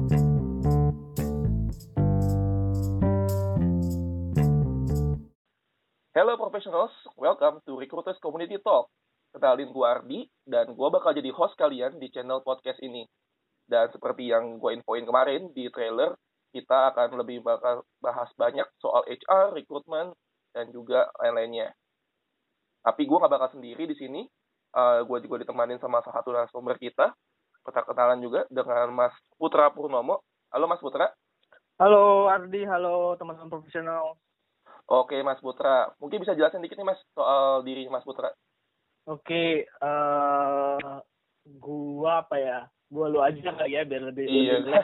Hello professionals, welcome to Recruiters Community Talk. Kenalin gue Ardi, dan gue bakal jadi host kalian di channel podcast ini. Dan seperti yang gue infoin kemarin di trailer, kita akan lebih bakal bahas banyak soal HR, recruitment, dan juga lain-lainnya. Tapi gue gak bakal sendiri di sini. Gue juga ditemanin sama salah satu narasumber kita. Kenalan juga dengan Mas Putra Purnomo. Halo Mas Putra. Halo Ardi, halo teman-teman profesional. Oke Mas Putra, mungkin bisa jelasin dikit nih Mas soal diri Mas Putra. Oke, gua apa ya? Gua lu aja kali ya biar lebih jelas.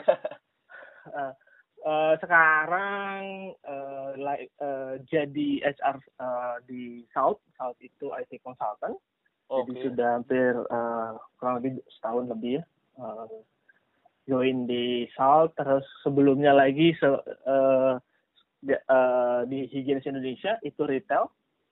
Sekarang jadi HR di South itu IT consultant. Jadi sudah hampir kurang lebih setahun lebih ya. Join di South, terus sebelumnya lagi di Higienis Indonesia itu retail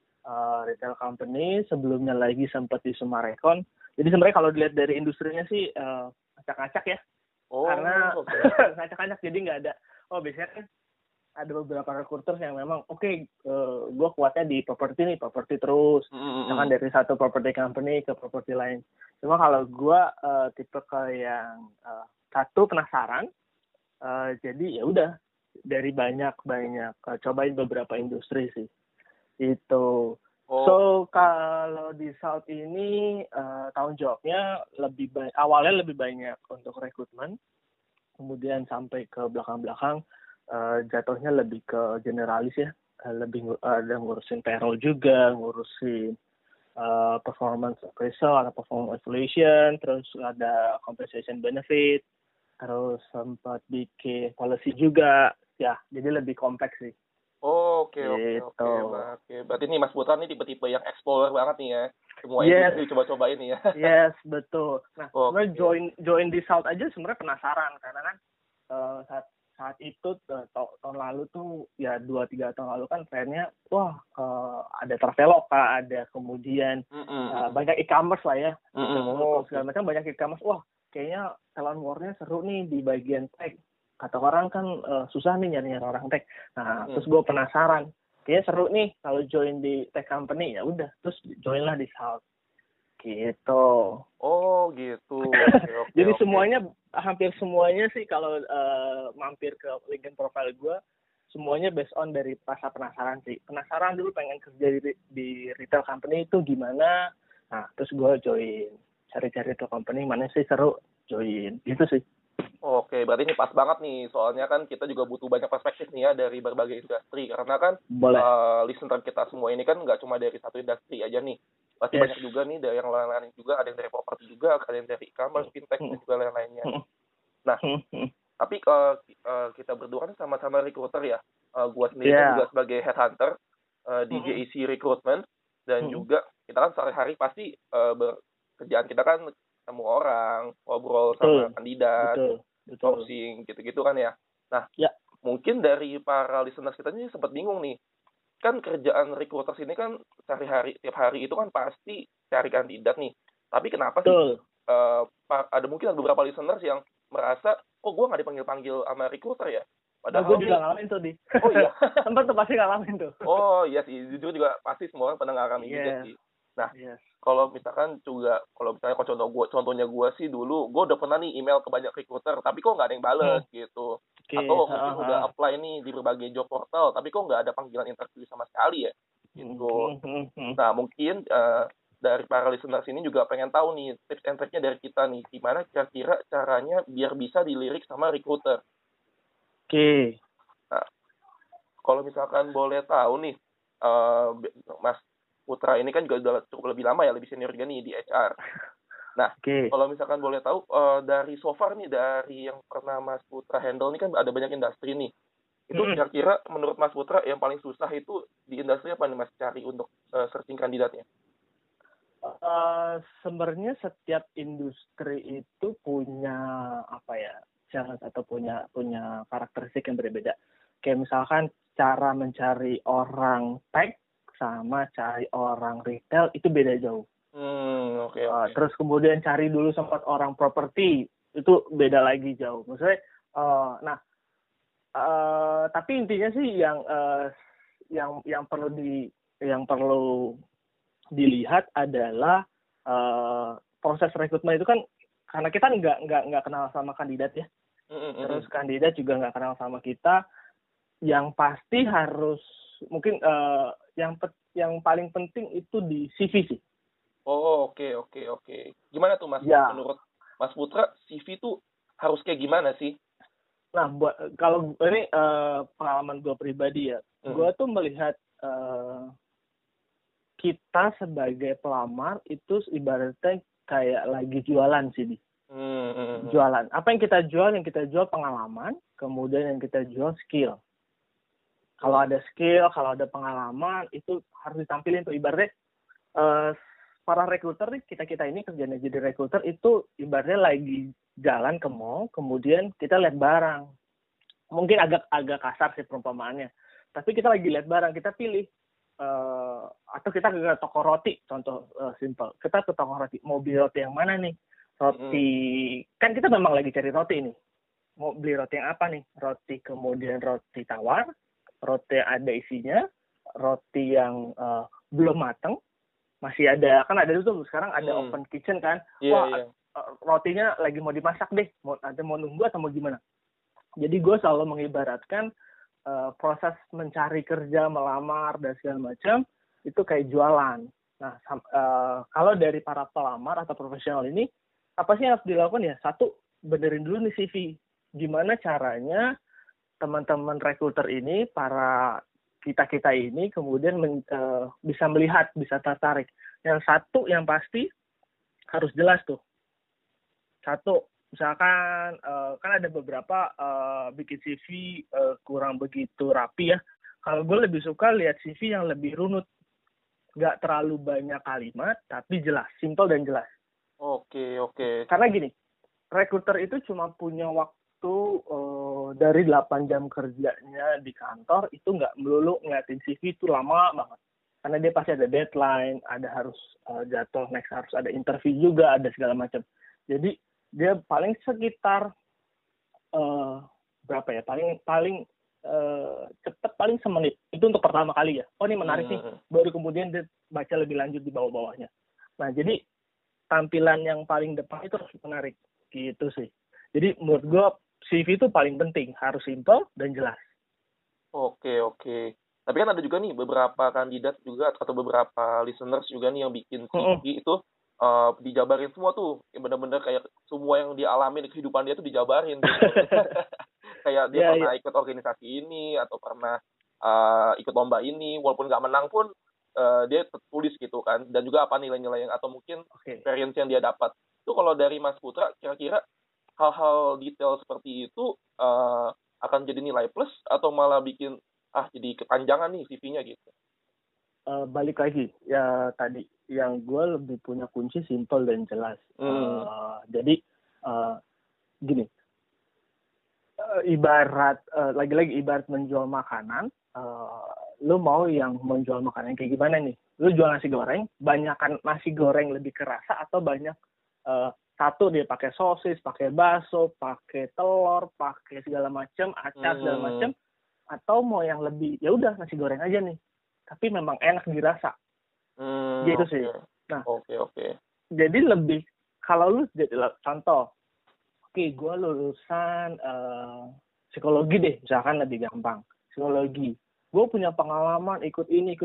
company, sebelumnya lagi sempat di Sumarekon. Jadi sebenarnya kalau dilihat dari industrinya sih acak-acak ya. Karena acak-acak, jadi nggak ada. Biasanya kan ada beberapa recruiters yang memang gue kuatnya di properti terus. Misalkan dari satu property company ke properti lain. Cuma kalau gue tipe yang satu penasaran, jadi ya udah dari banyak cobain beberapa industri sih itu. So kalau di South ini tanggung jawabnya awalnya lebih banyak untuk rekrutmen, kemudian sampai ke belakang jatuhnya lebih ke generalis ya, lebih ada ngurusin payroll juga, ngurusin performance appraisal atau performance evaluation, terus ada compensation benefit, terus sempat bikin policy juga. Ya, jadi lebih kompleks sih. Oke. Berarti nih Mas Putra nih tipe-tipe yang explorer banget nih ya. Semua industri coba-cobain nih ya. Yes, betul. Nah, sebenarnya join di South aja sebenarnya penasaran karena kan saat itu tahun lalu tuh ya 2-3 tahun lalu kan trennya ada Traveloka, ada kemudian banyak e-commerce lah ya. Segala macam banyak e-commerce. Kayaknya talent war-nya seru nih di bagian tech. Kata orang kan susah nih nyari orang tech. Nah, terus gue penasaran. Kayaknya seru nih kalau join di tech company. Ya udah, terus join lah di South. Gitu. Gitu. Jadi hampir semuanya sih kalau mampir ke LinkedIn profile gue, semuanya based on dari rasa penasaran sih. Penasaran dulu pengen kerja di retail company itu gimana. Nah, terus gue join. Cari-cari tuh company mana sih seru, join. Gitu sih. Oke, berarti ini pas banget nih. Soalnya kan kita juga butuh banyak perspektif nih ya dari berbagai industri. Karena kan listener kita semua ini kan nggak cuma dari satu industri aja nih. Pasti banyak juga nih dari yang lain-lain juga. Ada yang dari properti juga, ada yang dari e-commerce, fintech, dan juga lain-lainnya. Nah, tapi kita berdua kan sama-sama recruiter ya. Gua sendiri juga sebagai headhunter di JEC Recruitment. Dan juga kita kan sehari-hari pasti kerjaan kita kan ketemu orang, ngobrol sama kandidat, sourcing, gitu-gitu kan ya. Nah, mungkin dari para listeners kita ini sempat bingung nih. Kan kerjaan recruiters ini kan tiap hari itu kan pasti cari kandidat nih. Tapi kenapa sih ada beberapa listeners yang merasa, kok gue nggak dipanggil-panggil sama recruiter ya? Padahal gue juga ngalamin tuh, Di. Oh iya? Sempat tuh pasti ngalamin tuh. Oh iya sih, jujur juga pasti semua orang pernah ngalamin juga sih. Nah, kalau misalnya contohnya gue sih dulu, gue udah pernah nih email ke banyak recruiter, tapi kok nggak ada yang bales gitu. Atau mungkin udah apply nih di berbagai job portal, tapi kok nggak ada panggilan interview sama sekali ya. Gitu. Nah, mungkin dari para listeners ini juga pengen tahu nih tips and triknya dari kita nih, gimana kira-kira caranya biar bisa dilirik sama recruiter. Nah, kalau misalkan boleh tahu nih, Mas Putra ini kan juga udah cukup lebih lama ya, lebih senior juga nih di HR. Nah, kalau misalkan boleh tahu, dari so far nih, dari yang pernah Mas Putra handle nih kan ada banyak industri nih. Itu kira-kira menurut Mas Putra yang paling susah itu di industri apa nih Mas cari untuk searching kandidatnya? Sebenarnya setiap industri itu punya challenge atau punya karakteristik yang berbeda. Kayak misalkan cara mencari orang tech sama cari orang retail itu beda jauh. Terus kemudian cari dulu sempat orang properti itu beda lagi jauh. Maksudnya Nah, tapi intinya sih yang perlu dilihat adalah proses rekrutmen itu kan, karena kita nggak kenal sama kandidat ya. Terus kandidat juga nggak kenal sama kita. Yang pasti harus mungkin yang paling penting itu di CV sih. Oh, oke. Gimana tuh Mas? Ya. Menurut Mas Putra, CV tuh harus kayak gimana sih? Nah, kalau ini pengalaman gue pribadi ya, gue tuh melihat kita sebagai pelamar itu ibaratnya kayak lagi jualan sih. Jualan. Apa yang kita jual? Yang kita jual pengalaman, kemudian yang kita jual skill. Kalau ada skill, kalau ada pengalaman, itu harus ditampilin tuh. Ibaratnya para rekruter, kita ini kerjanya jadi rekruter itu ibaratnya lagi jalan ke mall, kemudian kita lihat barang. Mungkin agak kasar sih perumpamaannya. Tapi kita lagi lihat barang, kita pilih. Atau kita ke toko roti, contoh simple. Kita ke toko roti, mau beli roti yang mana nih? Roti, kan kita memang lagi cari roti nih. Mau beli roti yang apa nih? Roti, kemudian roti tawar, roti yang ada isinya, roti yang belum mateng, masih ada, kan ada itu sekarang ada open kitchen kan, rotinya lagi mau dimasak deh, mau nunggu atau mau gimana. Jadi gue selalu mengibaratkan proses mencari kerja, melamar dan segala macam itu kayak jualan. Nah, kalau dari para pelamar atau profesional ini, apa sih yang harus dilakukan ya? Satu, benerin dulu nih CV. Gimana caranya teman-teman rekruter ini, para kita ini kemudian bisa melihat, bisa tertarik. Yang satu yang pasti harus jelas tuh. Satu, misalkan kan ada beberapa bikin CV kurang begitu rapi ya. Kalau gue lebih suka lihat CV yang lebih runut. Nggak terlalu banyak kalimat, tapi jelas, simple dan jelas. Oke. Karena gini, rekruter itu cuma punya waktu dari 8 jam kerjanya di kantor, itu nggak melulu ngeliatin CV itu lama banget. Karena dia pasti ada deadline, ada harus jatuh, next harus ada interview juga, ada segala macam. Jadi dia paling sekitar berapa ya? Paling cepat paling semenit. Itu untuk pertama kali ya. Oh ini menarik nih. Baru kemudian dia baca lebih lanjut di bawah-bawahnya. Nah jadi tampilan yang paling depan itu harus menarik. Gitu sih. Jadi menurut gue CV itu paling penting. Harus simple dan jelas. Oke. Tapi kan ada juga nih beberapa kandidat juga atau beberapa listeners juga nih yang bikin CV itu dijabarin semua tuh. Bener-bener kayak semua yang dia alami di kehidupan dia tuh dijabarin gitu. Kayak dia pernah ikut organisasi ini atau pernah ikut lomba ini, walaupun nggak menang pun dia tulis gitu kan. Dan juga apa nilai-nilai yang atau mungkin experience yang dia dapat. Itu kalau dari Mas Putra, kira-kira hal-hal detail seperti itu akan jadi nilai plus atau malah bikin jadi kepanjangan nih CV-nya gitu? Balik lagi ya tadi, yang gue lebih punya kunci simple dan jelas. Jadi gini, ibarat lagi-lagi ibarat menjual makanan, lu mau yang menjual makanan kayak gimana nih? Lu jual nasi goreng, banyakkan nasi goreng lebih kerasa atau banyak satu dia pakai sosis, pakai bakso, pakai telur, pakai segala macam, acar segala macam, atau mau yang lebih ya udah nasi goreng aja nih, tapi memang enak dirasa. Gitu sih. Nah, oke. Jadi lebih kalau lu contoh, gue lulusan psikologi deh, misalkan lebih gampang. Psikologi. Gue punya pengalaman ikut ini.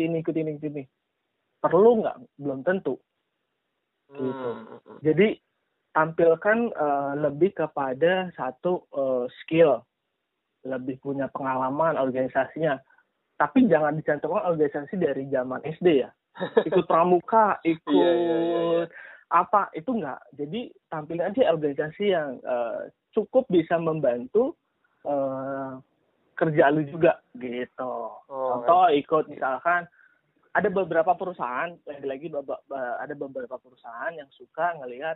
Perlu nggak? Belum tentu. Gitu. Jadi tampilkan lebih kepada satu skill, lebih punya pengalaman organisasinya. Tapi jangan dicantumkan organisasi dari zaman SD ya. Ikut pramuka, ikut apa, itu enggak. Jadi tampilkan aja organisasi yang cukup bisa membantu kerja lu juga gitu. Contoh ikut misalkan ada beberapa perusahaan, lagi-lagi ada beberapa perusahaan yang suka ngelihat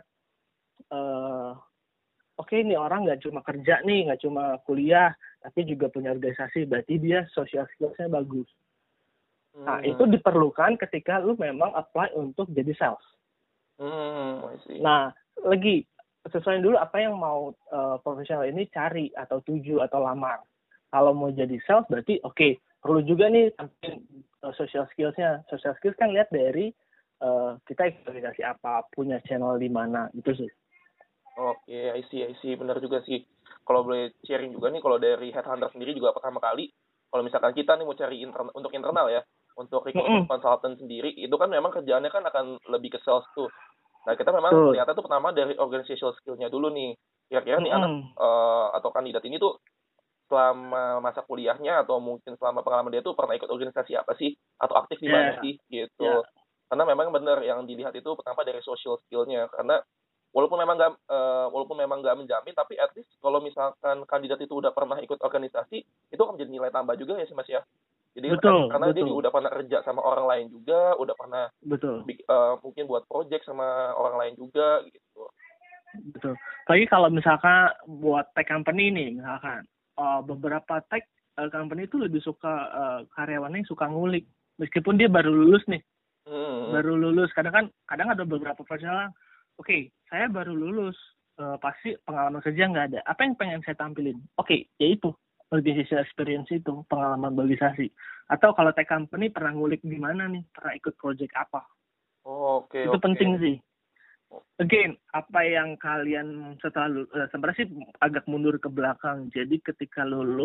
oke, ini orang nggak cuma kerja nih, nggak cuma kuliah, tapi juga punya organisasi, berarti dia social skills-nya bagus. Nah, itu diperlukan ketika lu memang apply untuk jadi sales. Nah, lagi sesuaiin dulu apa yang mau profesional ini cari atau tuju atau lamar. Kalau mau jadi sales berarti oke, perlu juga nih tampilin social skills-nya. Social skills kan lihat dari kita komunikasi apa, punya channel di mana, gitu sih. Oke, I see. Benar juga sih. Kalau boleh sharing juga nih, kalau dari Headhunter sendiri juga pertama kali, kalau misalkan kita nih mau cari untuk internal ya, untuk recruitment consultant sendiri, itu kan memang kerjaannya kan akan lebih ke sales tuh. Nah, kita memang ternyata tuh pertama dari organizational skill-nya dulu nih. Kira-kira nih anak atau kandidat ini tuh selama masa kuliahnya atau mungkin selama pengalaman dia tuh pernah ikut organisasi apa sih? Atau aktif di mana sih? Gitu. Karena memang benar yang dilihat itu pertama dari social skill-nya. Karena walaupun memang nggak menjamin, tapi at least kalau misalkan kandidat itu udah pernah ikut organisasi, itu akan menjadi nilai tambah juga ya sih Mas ya. Jadi karena dia udah pernah kerja sama orang lain juga, udah pernah mungkin buat project sama orang lain juga gitu. Betul. Lagi kalau misalkan buat tech company nih, misalkan beberapa tech company itu lebih suka karyawannya yang suka ngulik, meskipun dia baru lulus nih. Baru lulus, kadang ada beberapa profesional, oke, saya baru lulus, pasti pengalaman kerja nggak ada. Apa yang pengen saya tampilin? Oke, yaitu organizational experience itu, pengalaman organisasi. Atau kalau tech company pernah ngulik di mana nih, pernah ikut project apa. Itu penting sih. Again, apa yang kalian sebenarnya sih agak mundur ke belakang. Jadi ketika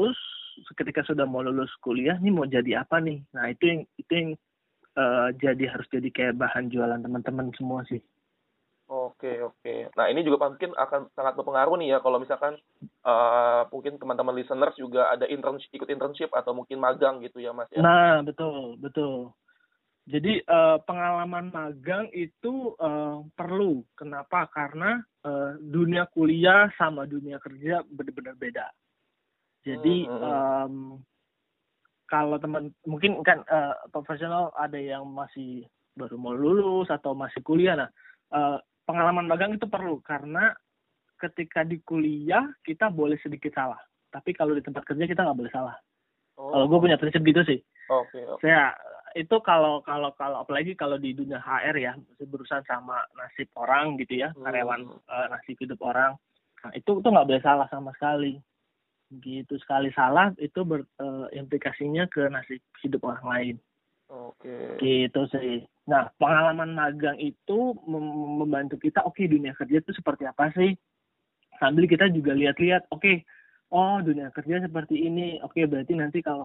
sudah mau lulus kuliah, nih mau jadi apa nih? Nah, itu yang jadi harus jadi kayak bahan jualan teman-teman semua sih. Oke. Nah, ini juga mungkin akan sangat berpengaruh nih ya kalau misalkan mungkin teman-teman listeners juga ada ikut internship atau mungkin magang gitu ya Mas ya. Nah, betul. Jadi pengalaman magang itu perlu. Kenapa? Karena dunia kuliah sama dunia kerja benar-benar beda. Jadi kalau mungkin kan profesional ada yang masih baru mau lulus atau masih kuliah. Nah, pengalaman magang itu perlu karena ketika di kuliah kita boleh sedikit salah, tapi kalau di tempat kerja kita nggak boleh salah. Kalau gue punya prinsip gitu sih. Saya itu kalau apalagi kalau di dunia HR ya, berurusan sama nasib orang gitu ya, karyawan nasib hidup orang. Nah, itu nggak boleh salah sama sekali. Gitu, sekali salah itu implikasinya ke nasib hidup orang lain. Gitu sih. Nah, pengalaman magang itu membantu kita, dunia kerja itu seperti apa sih? Sambil kita juga lihat-lihat, dunia kerja seperti ini. Berarti nanti kalau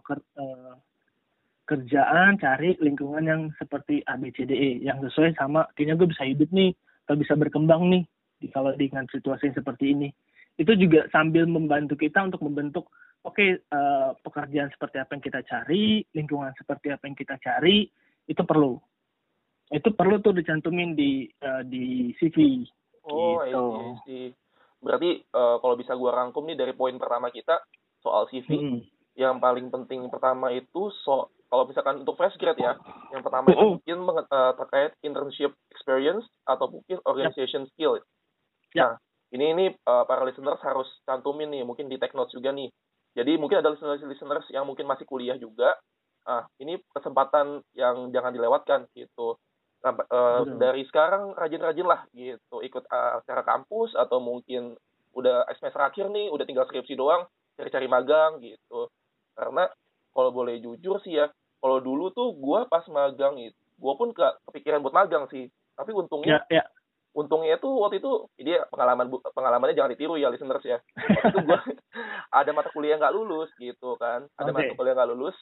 kerjaan cari lingkungan yang seperti ABCDE, yang sesuai sama kayaknya gue bisa hidup nih, atau bisa berkembang nih kalau dengan situasi yang seperti ini. Itu juga sambil membantu kita untuk membentuk pekerjaan seperti apa yang kita cari, lingkungan seperti apa yang kita cari, itu perlu tuh dicantumin di CV. Gitu. Berarti kalau bisa gua rangkum nih dari poin pertama kita soal CV, yang paling penting pertama itu kalau misalkan untuk fresh grad ya, yang pertama itu mungkin terkait internship experience atau mungkin organization skill. Nah, ini para listeners harus cantumin nih, mungkin di take notes juga nih. Jadi mungkin ada listeners yang mungkin masih kuliah juga. Ini kesempatan yang jangan dilewatkan gitu. Dari sekarang rajin-rajin lah gitu, ikut acara kampus atau mungkin udah semester akhir nih, udah tinggal skripsi doang, cari-cari magang gitu. Karena kalau boleh jujur sih ya, kalau dulu tuh gue pas magang itu, gue pun gak kepikiran buat magang sih. Tapi untungnya tuh waktu itu, dia pengalamannya jangan ditiru ya listeners ya. Waktu itu gue ada mata kuliah nggak lulus gitu kan, mata kuliah nggak lulus,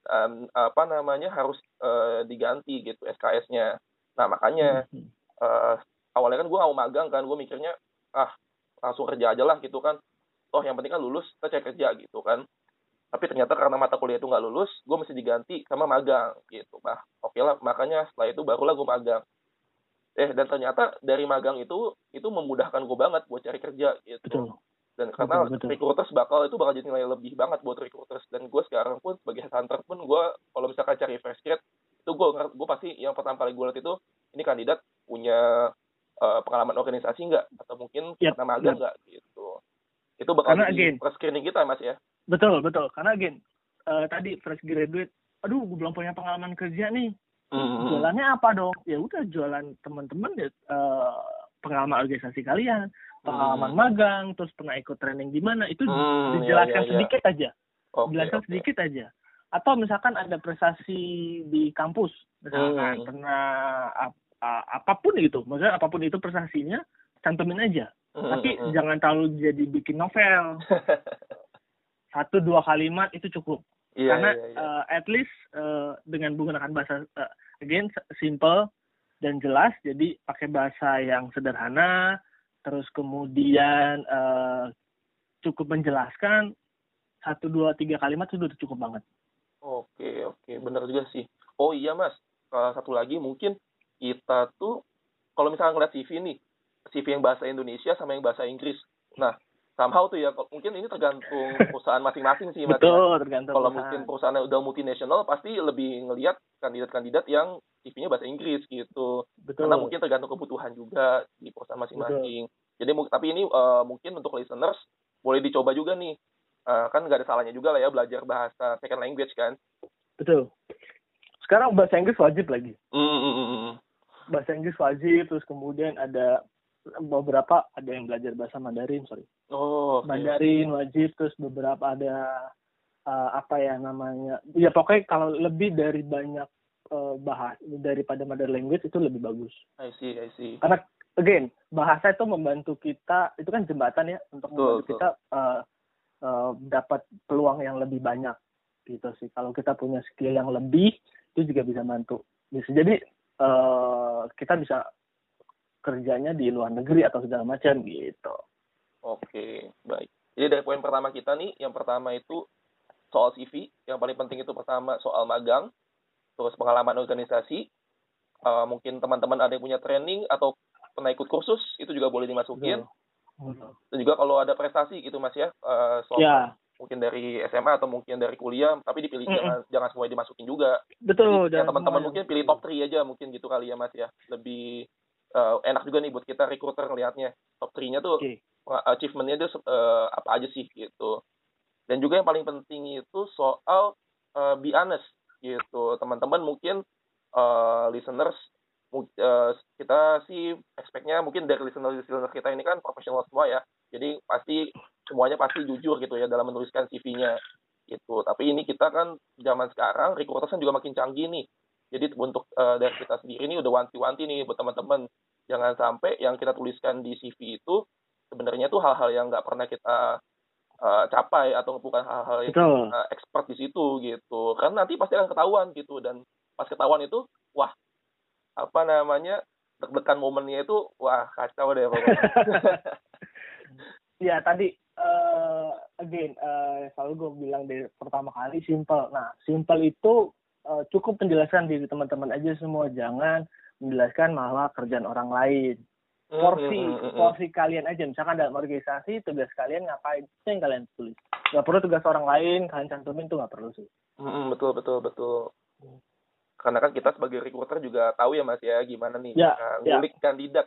harus diganti gitu SKS-nya. Nah makanya awalnya kan gue mau magang kan, gue mikirnya langsung kerja aja lah gitu kan. Yang penting kan lulus, kita cari kerja gitu kan. Tapi ternyata karena mata kuliah itu nggak lulus, gue mesti diganti sama magang gitu. Nah, oke lah, makanya setelah itu barulah gue magang. Dan ternyata dari magang itu memudahkan gue banget buat cari kerja gitu. Betul. Dan karena recruiters bakal jadi nilai lebih banget buat recruiters. Dan gue sekarang pun sebagai headhunter pun, gue kalau misalkan cari fresh grad, itu gue pasti yang pertama kali gue lihat itu, ini kandidat punya pengalaman organisasi nggak? Atau mungkin pernah magang nggak gitu. Itu bakal jadi screening kita Mas ya. Betul. Karena tadi fresh graduate, gue belum punya pengalaman kerja nih. Jualannya apa dong? Ya udah, jualan teman-teman pengalaman organisasi kalian. pengalaman magang, terus pernah ikut training di mana, itu dijelaskan sedikit aja. Jelaskan sedikit aja. Atau misalkan ada prestasi di kampus, misalkan pernah apapun gitu, maksudnya apapun itu prestasinya, cantumin aja. Tapi jangan terlalu jadi bikin novel. 1-2 kalimat itu cukup. Karena at least dengan menggunakan bahasa again simple dan jelas, jadi pakai bahasa yang sederhana, terus kemudian cukup menjelaskan, 1-2-3 kalimat itu udah cukup banget. Oke, benar juga sih. Oh iya Mas, satu lagi mungkin kita tuh kalau misalnya ngeliat CV nih, CV yang bahasa Indonesia sama yang bahasa Inggris. Nah, somehow tuh ya, mungkin ini tergantung perusahaan masing-masing sih, Mas. Betul, tergantung kalau mungkin perusahaannya udah multinasional, pasti lebih ngelihat kandidat-kandidat yang CV-nya bahasa Inggris gitu. Betul. Karena mungkin tergantung kebutuhan juga di perusahaan masing-masing. Betul. Jadi, tapi ini mungkin untuk listeners, boleh dicoba juga nih. Kan nggak ada salahnya juga lah ya belajar bahasa second language kan. Betul. Sekarang bahasa Inggris wajib lagi. Bahasa Inggris wajib, terus kemudian ada beberapa ada yang belajar bahasa Mandarin, Mandarin wajib, terus beberapa ada ya pokoknya kalau lebih dari banyak daripada mother language itu lebih bagus. I see. Karena again bahasa itu membantu kita, itu kan jembatan ya untuk membantu kita dapat peluang yang lebih banyak gitu sih. Kalau kita punya skill yang lebih itu juga bisa bantu. Jadi kita bisa kerjanya di luar negeri atau segala macam gitu. Oke, baik. Jadi dari poin pertama kita nih, yang pertama itu soal CV, yang paling penting itu pertama soal magang, terus pengalaman organisasi, mungkin teman-teman ada yang punya training atau pernah ikut kursus, itu juga boleh dimasukin. Dan juga kalau ada prestasi gitu Mas ya, mungkin dari SMA atau mungkin dari kuliah, tapi dipilih jangan semua dimasukin juga. Betul. Jadi, yang teman-teman mungkin pilih top 3 aja mungkin gitu kali ya Mas ya. Lebih enak juga nih buat kita recruiter ngelihatnya. Top 3-nya tuh achievement-nya itu apa aja sih gitu. Dan juga yang paling penting itu soal be honest gitu. Teman-teman mungkin listeners kita sih expect-nya mungkin dari listeners kita ini kan profesional semua ya. Jadi semuanya pasti jujur gitu ya dalam menuliskan CV-nya gitu. Tapi ini kita kan zaman sekarang recruiter kan juga makin canggih nih. Jadi untuk dari kita sendiri ini udah wanti-wanti nih buat teman-teman. Jangan sampai yang kita tuliskan di CV itu sebenarnya tuh hal-hal yang nggak pernah kita capai atau bukan hal-hal yang expert di situ gitu. Karena nanti pasti akan ketahuan gitu. Dan pas ketahuan itu, wah, deg-degan momennya itu, wah, kacau deh pokoknya. Ya, tadi selalu gue bilang dari pertama kali simple. Nah, simple itu cukup penjelasan diri teman-teman aja semua, jangan menjelaskan malah kerjaan orang lain. Porsi kalian aja, misalkan dalam organisasi tugas kalian ngapain, itu yang kalian tulis. Nggak perlu tugas orang lain kalian cantumin, tuh nggak perlu sih. Betul. Karena kan kita sebagai recruiter juga tahu ya Mas ya gimana nih ngulik kandidat.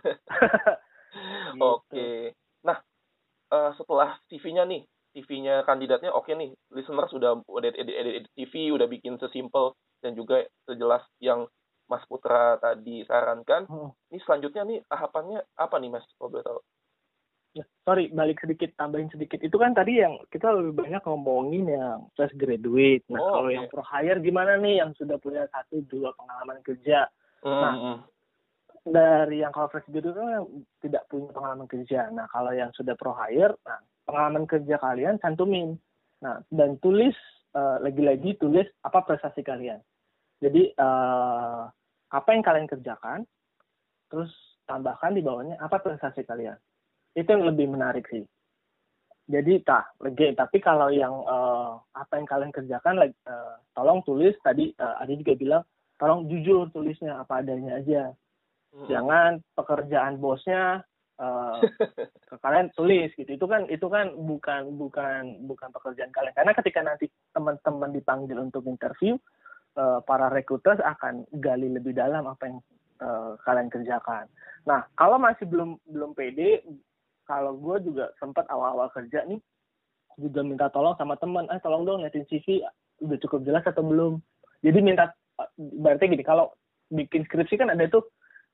Oke. Nah, setelah CV-nya kandidatnya oke nih, listener sudah edit CV, udah bikin sesimpel dan juga sejelas yang Mas Putra tadi sarankan. Ini selanjutnya nih tahapannya apa nih Mas? Kalau boleh tahu. Sorry, tambahin sedikit. Itu kan tadi yang kita lebih banyak ngomongin yang fresh graduate. Nah, kalau yang pro hire gimana nih yang sudah punya 1-2 pengalaman kerja? Nah, dari yang kalau fresh graduate kan yang tidak punya pengalaman kerja. Nah, kalau yang sudah pro hire, nah pengalaman kerja kalian cantumin. Nah, dan tulis lagi-lagi tulis apa prestasi kalian. Jadi apa yang kalian kerjakan, terus tambahkan di bawahnya apa prestasi kalian. Itu yang lebih menarik sih. Jadi tapi kalau yang apa yang kalian kerjakan, tolong tulis tadi ada juga bilang tolong jujur tulisnya apa adanya aja. Jangan pekerjaan bosnya kalian tulis gitu. Itu kan bukan pekerjaan kalian. Karena ketika nanti teman-teman dipanggil untuk interview, para recruiters akan gali lebih dalam apa yang kalian kerjakan. Nah, kalau masih belum pede, kalau gue juga sempat awal-awal kerja nih, juga minta tolong sama teman, tolong dong liatin CV, udah cukup jelas atau belum. Jadi berarti gini, kalau bikin skripsi kan ada tuh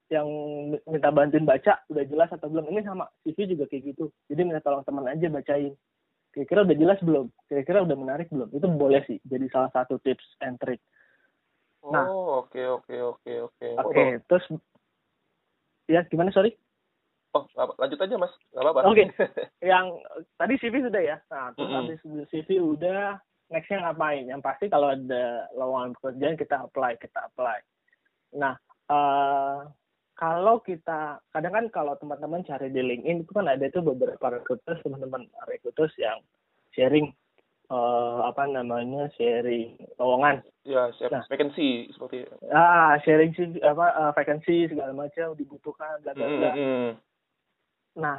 yang minta bantuin baca udah jelas atau belum. Ini sama CV juga kayak gitu. Jadi minta tolong teman aja bacain. Kira-kira udah jelas belum? Kira-kira udah menarik belum? Itu boleh sih jadi salah satu tips and trick. Nah, oke. Oke, terus ya gimana, sorry? Oh, lanjut aja Mas, nggak apa-apa. Oke. Yang tadi CV sudah ya. Nah, terus habis CV udah, next-nya ngapain? Yang pasti kalau ada lowongan pekerjaan kita apply. Nah, kalau kita kadang kan kalau teman-teman cari di LinkedIn itu kan ada itu beberapa recruiters, teman-teman recruiters yang sharing sharing lowongan. Ya, vacancy seperti itu. Sharing vacancy segala macam dibutuhkan bla bla bla. Nah,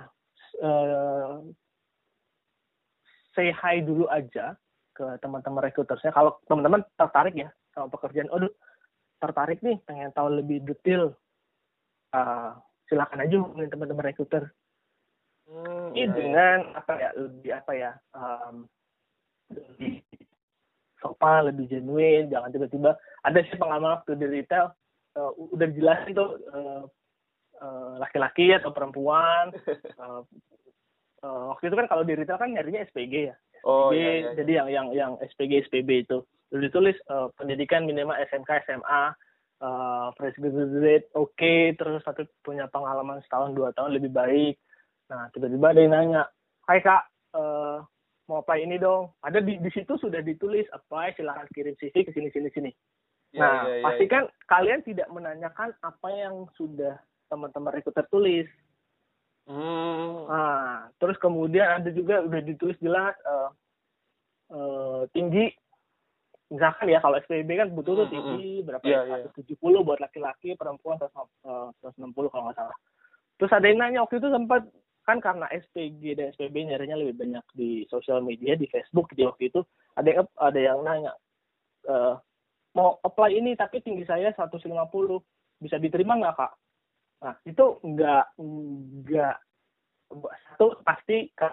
say hi dulu aja ke teman-teman recruitersnya. Kalau teman-teman tertarik ya sama pekerjaan, tertarik nih pengen tahu lebih detail, silakan aja hubungin teman-teman recruiter. Ini dengan lebih sopan, lebih genuine, jangan tiba-tiba ada sih pengalaman waktu di retail udah jelasin tuh laki-laki atau perempuan. Waktu itu kan kalau di retail kan nyarinya SPG ya. Iya. Jadi yang SPG SPB itu udah ditulis pendidikan minimal SMK SMA, fresh graduate oke, terus satu punya pengalaman setahun 2 tahun lebih baik. Nah tiba-tiba ada yang nanya, hai kak, mau apply ini dong. Ada di situ sudah ditulis apply, silahkan kirim CV ke sini. Pastikan kalian tidak menanyakan apa yang sudah teman-teman recruiter tulis. Nah, terus kemudian ada juga udah ditulis jelas tinggi. Misalkan ya kalau SPB kan butuh tuh tinggi berapa 170 buat laki-laki, perempuan 160 kalau nggak salah. Terus ada yang nanya waktu itu sempat kan karena SPG dan SPB nyarinya lebih banyak di sosial media, di Facebook di waktu itu ada yang nanya mau apply ini tapi tinggi saya 150, bisa diterima nggak kak? Nah itu nggak satu pasti kan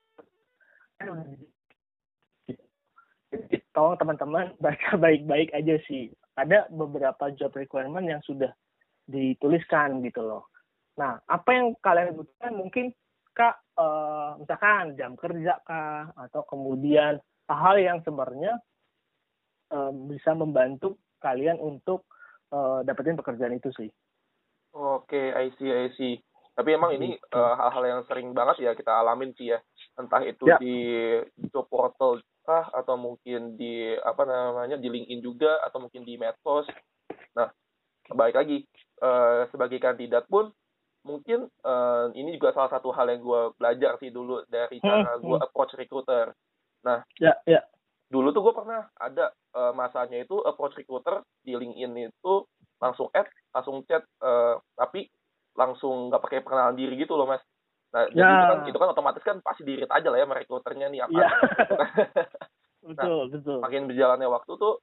tolong teman-teman baca baik-baik aja sih. Ada beberapa job requirement yang sudah dituliskan gitu loh. Nah, apa yang kalian butuhkan mungkin kak, misalkan jam kerja kak, atau kemudian hal yang sebenarnya bisa membantu kalian untuk dapetin pekerjaan itu sih. Oke, I see. Tapi emang ini hal-hal yang sering banget ya kita alamin sih ya. Entah itu di job portal kah, atau mungkin di di LinkedIn juga, atau mungkin di medsos. Nah, balik lagi sebagai kandidat pun mungkin ini juga salah satu hal yang gue belajar sih dulu dari cara gue approach recruiter. Nah, dulu tuh gue pernah ada masanya itu approach recruiter di LinkedIn itu langsung add, langsung chat, tapi langsung nggak pakai perkenalan diri gitu loh mas. Nah, jadi itu kan otomatis kan pasti di-read aja lah ya sama recruiternya nih apa. Betul. Makin berjalannya waktu tuh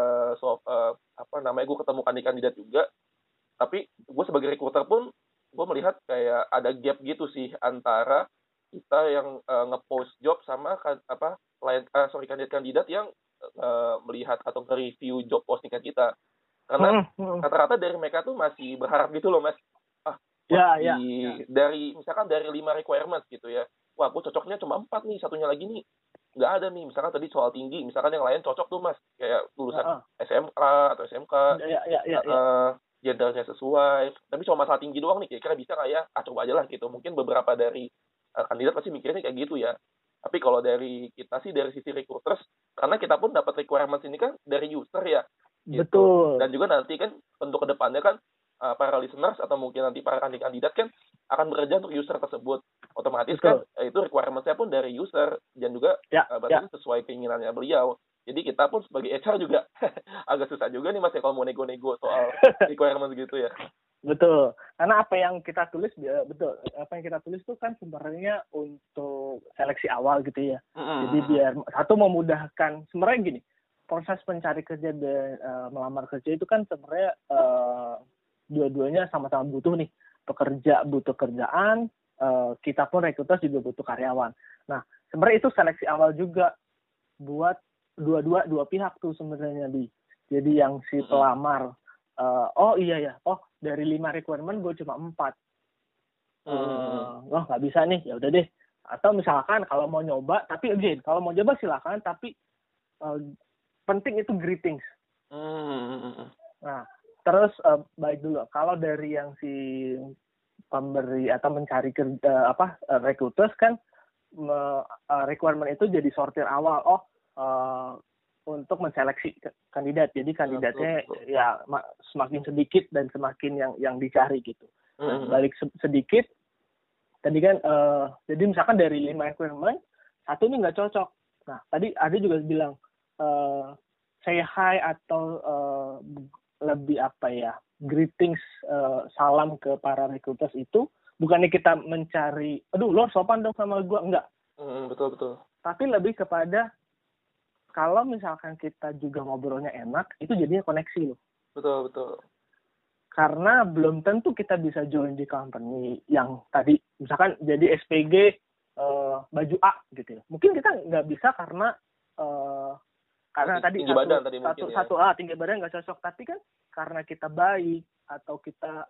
gue ketemu kandidat juga. Tapi gue sebagai recruiter pun gue melihat kayak ada gap gitu sih antara kita yang nge-post job sama kandidat yang melihat atau nge-review job postingan kita. Karena rata-rata dari mereka tuh masih berharap gitu loh mas. Dari misalkan dari 5 requirements gitu ya. Wah, gue cocoknya cuma 4 nih, satunya lagi nih nggak ada nih. Misalkan tadi soal tinggi, misalkan yang lain cocok tuh mas, kayak lulusan SMK atau SMK. Gendernya sesuai, tapi cuma masalah tinggi doang nih, kira-kira bisa nggak ya? Coba aja lah gitu. Mungkin beberapa dari kandidat pasti mikirnya kayak gitu ya. Tapi kalau dari kita sih, dari sisi recruiters, karena kita pun dapat requirements ini kan dari user ya. Gitu. Betul. Dan juga nanti kan untuk kedepannya kan para listeners atau mungkin nanti para kandidat kan akan bekerja untuk user tersebut. Otomatis kan itu requirement-nya pun dari user dan juga berarti sesuai keinginannya beliau. Jadi kita pun sebagai HR juga agak susah juga nih mas ya kalau mau nego-nego soal requirement gitu ya. Betul. Karena apa yang kita tulis itu kan sebenarnya untuk seleksi awal gitu ya. Jadi biar satu memudahkan, sebenarnya gini, proses mencari kerja dan melamar kerja itu kan sebenarnya dua-duanya sama-sama butuh nih. Pekerja butuh kerjaan, kita pun rekruter juga butuh karyawan. Nah, sebenarnya itu seleksi awal juga buat dua pihak tuh sebenarnya Bi. Jadi yang si pelamar dari 5 requirement gue cuma 4. Wah, nggak bisa nih, ya udah deh. Atau misalkan kalau mau nyoba, tapi again, kalau mau coba silakan, tapi penting itu greetings. Nah, terus baik dulu. Kalau dari yang si pemberi atau mencari kerja recruiters kan requirement itu jadi sortir awal. Untuk menseleksi kandidat. Jadi kandidatnya ya semakin sedikit dan semakin yang dicari gitu. Nah, balik sedikit. Tadi kan, jadi misalkan dari 5 requirement, 1 ini nggak cocok. Nah, tadi ada juga bilang, say hi atau lebih greetings, salam ke para recruiters itu, bukannya kita mencari, aduh lo sopan dong sama gue, enggak. Betul. Tapi lebih kepada, kalau misalkan kita juga ngobrolnya enak, itu jadinya koneksi loh. Betul. Karena belum tentu kita bisa join di company yang tadi, misalkan jadi SPG baju A gitu ya. Mungkin kita nggak bisa karena tadi tinggi badan nggak cocok. Tapi kan karena kita baik atau kita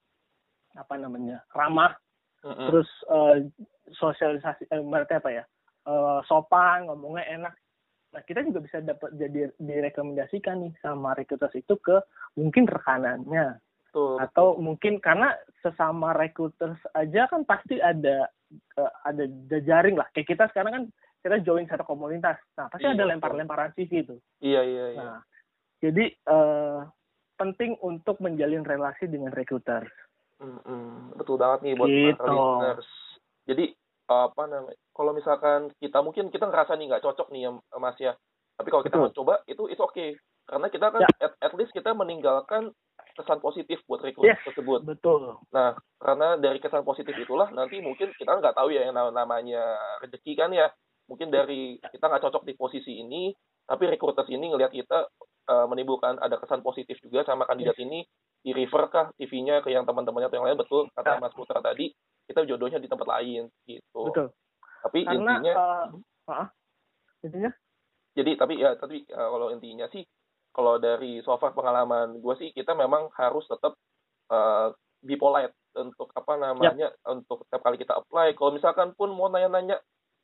ramah, terus sosialisasi, sopan, ngomongnya enak. Nah, kita juga bisa dapat jadi direkomendasikan nih sama recruiters itu ke mungkin rekanannya. Atau mungkin karena sesama recruiters aja kan pasti ada jejaring lah. Kayak kita sekarang kan kita join satu komunitas. Nah, pasti ada lempar-lemparan CV itu. Iya. Nah, jadi penting untuk menjalin relasi dengan recruiters. Betul banget nih buat para listeners. Jadi kalau misalkan kita ngerasa nih nggak cocok nih ya Mas ya. Tapi kalau kita mau coba itu okay. Karena kita kan at least kita meninggalkan kesan positif buat recruiter tersebut. Betul. Nah, karena dari kesan positif itulah nanti mungkin kita nggak tahu ya yang namanya rezeki kan ya. Mungkin dari kita nggak cocok di posisi ini, tapi recruiters ini ngelihat kita menimbulkan ada kesan positif juga sama kandidat ini, di refer kah CV-nya ke yang teman-temannya atau yang lain. Betul kata Mas Putra tadi, kita jodohnya di tempat lain gitu. Betul. Tapi karena, intinya tapi kalau intinya sih, kalau dari so far pengalaman gue sih, kita memang harus tetap be polite untuk untuk setiap kali kita apply. Kalau misalkan pun mau nanya-nanya